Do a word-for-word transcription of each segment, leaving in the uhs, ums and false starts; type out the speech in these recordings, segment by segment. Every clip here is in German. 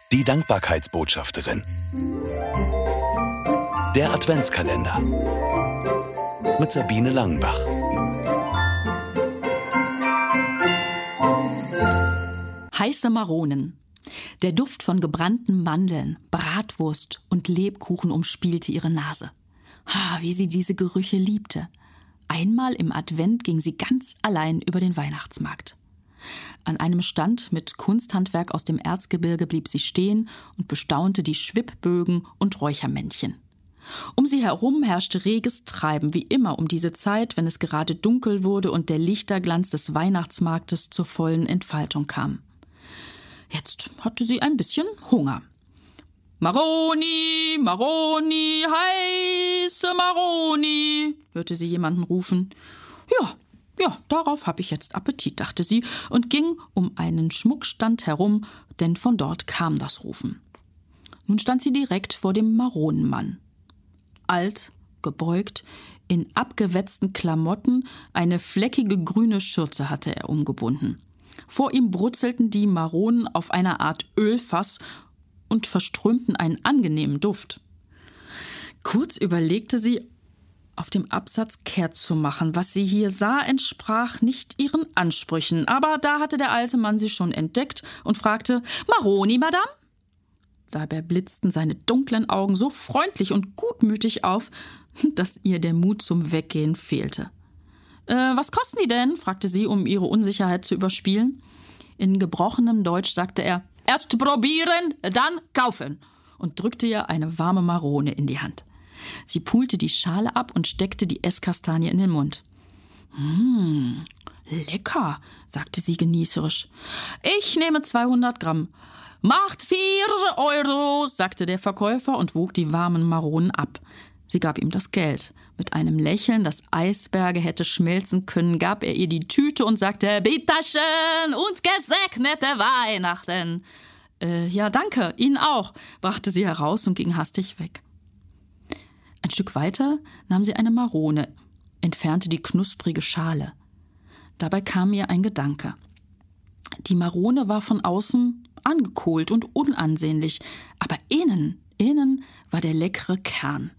Die Dankbarkeitsbotschafterin. Der Adventskalender. Mit Sabine Langenbach. Heiße Maronen. Der Duft von gebrannten Mandeln, Bratwurst und Lebkuchen umspielte ihre Nase. Ah, wie sie diese Gerüche liebte. Einmal im Advent ging sie ganz allein über den Weihnachtsmarkt. An einem Stand mit Kunsthandwerk aus dem Erzgebirge blieb sie stehen und bestaunte die Schwibbögen und Räuchermännchen. Um sie herum herrschte reges Treiben, wie immer um diese Zeit, wenn es gerade dunkel wurde und der Lichterglanz des Weihnachtsmarktes zur vollen Entfaltung kam. Jetzt hatte sie ein bisschen Hunger. »Maroni, Maroni, heiße Maroni«, hörte sie jemanden rufen. »Ja, ja, darauf habe ich jetzt Appetit«, dachte sie und ging um einen Schmuckstand herum, denn von dort kam das Rufen. Nun stand sie direkt vor dem Maronenmann. Alt, gebeugt, in abgewetzten Klamotten, eine fleckige grüne Schürze hatte er umgebunden. Vor ihm brutzelten die Maronen auf einer Art Ölfass und verströmten einen angenehmen Duft. Kurz überlegte sie, auf dem Absatz kehrt zu machen. Was sie hier sah, entsprach nicht ihren Ansprüchen. Aber da hatte der alte Mann sie schon entdeckt und fragte, »Maroni, Madame?« Dabei blitzten seine dunklen Augen so freundlich und gutmütig auf, dass ihr der Mut zum Weggehen fehlte. Äh, »Was kosten die denn?« fragte sie, um ihre Unsicherheit zu überspielen. In gebrochenem Deutsch sagte er, »Erst probieren, dann kaufen«, und drückte ihr eine warme Marone in die Hand. Sie pulte die Schale ab und steckte die Esskastanie in den Mund. »Hm, lecker«, sagte sie genießerisch. »Ich nehme zweihundert Gramm. »Macht vier Euro«, sagte der Verkäufer und wog die warmen Maronen ab. Sie gab ihm das Geld. Mit einem Lächeln, das Eisberge hätte schmelzen können, gab er ihr die Tüte und sagte, »Bitteschön und gesegnete Weihnachten!« Äh, »Ja, danke, Ihnen auch«, brachte sie heraus und ging hastig weg. Ein Stück weiter nahm sie eine Marone, entfernte die knusprige Schale. Dabei kam ihr ein Gedanke. Die Marone war von außen angekohlt und unansehnlich, aber innen, innen war der leckere Kern.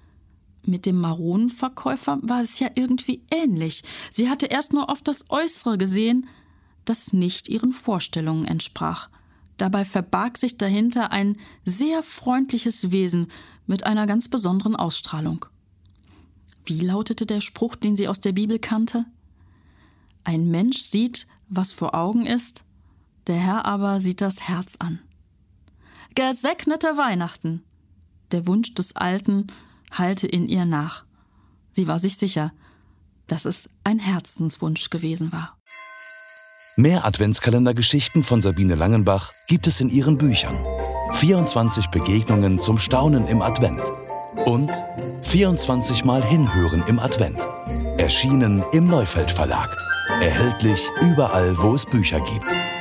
Mit dem Maronenverkäufer war es ja irgendwie ähnlich. Sie hatte erst nur auf das Äußere gesehen, das nicht ihren Vorstellungen entsprach. Dabei verbarg sich dahinter ein sehr freundliches Wesen mit einer ganz besonderen Ausstrahlung. Wie lautete der Spruch, den sie aus der Bibel kannte? Ein Mensch sieht, was vor Augen ist, der Herr aber sieht das Herz an. Gesegnete Weihnachten! Der Wunsch des Alten hallte in ihr nach. Sie war sich sicher, dass es ein Herzenswunsch gewesen war. Mehr Adventskalendergeschichten von Sabine Langenbach gibt es in ihren Büchern. vierundzwanzig Begegnungen zum Staunen im Advent und vierundzwanzig Mal hinhören im Advent. Erschienen im Neufeld Verlag. Erhältlich überall, wo es Bücher gibt.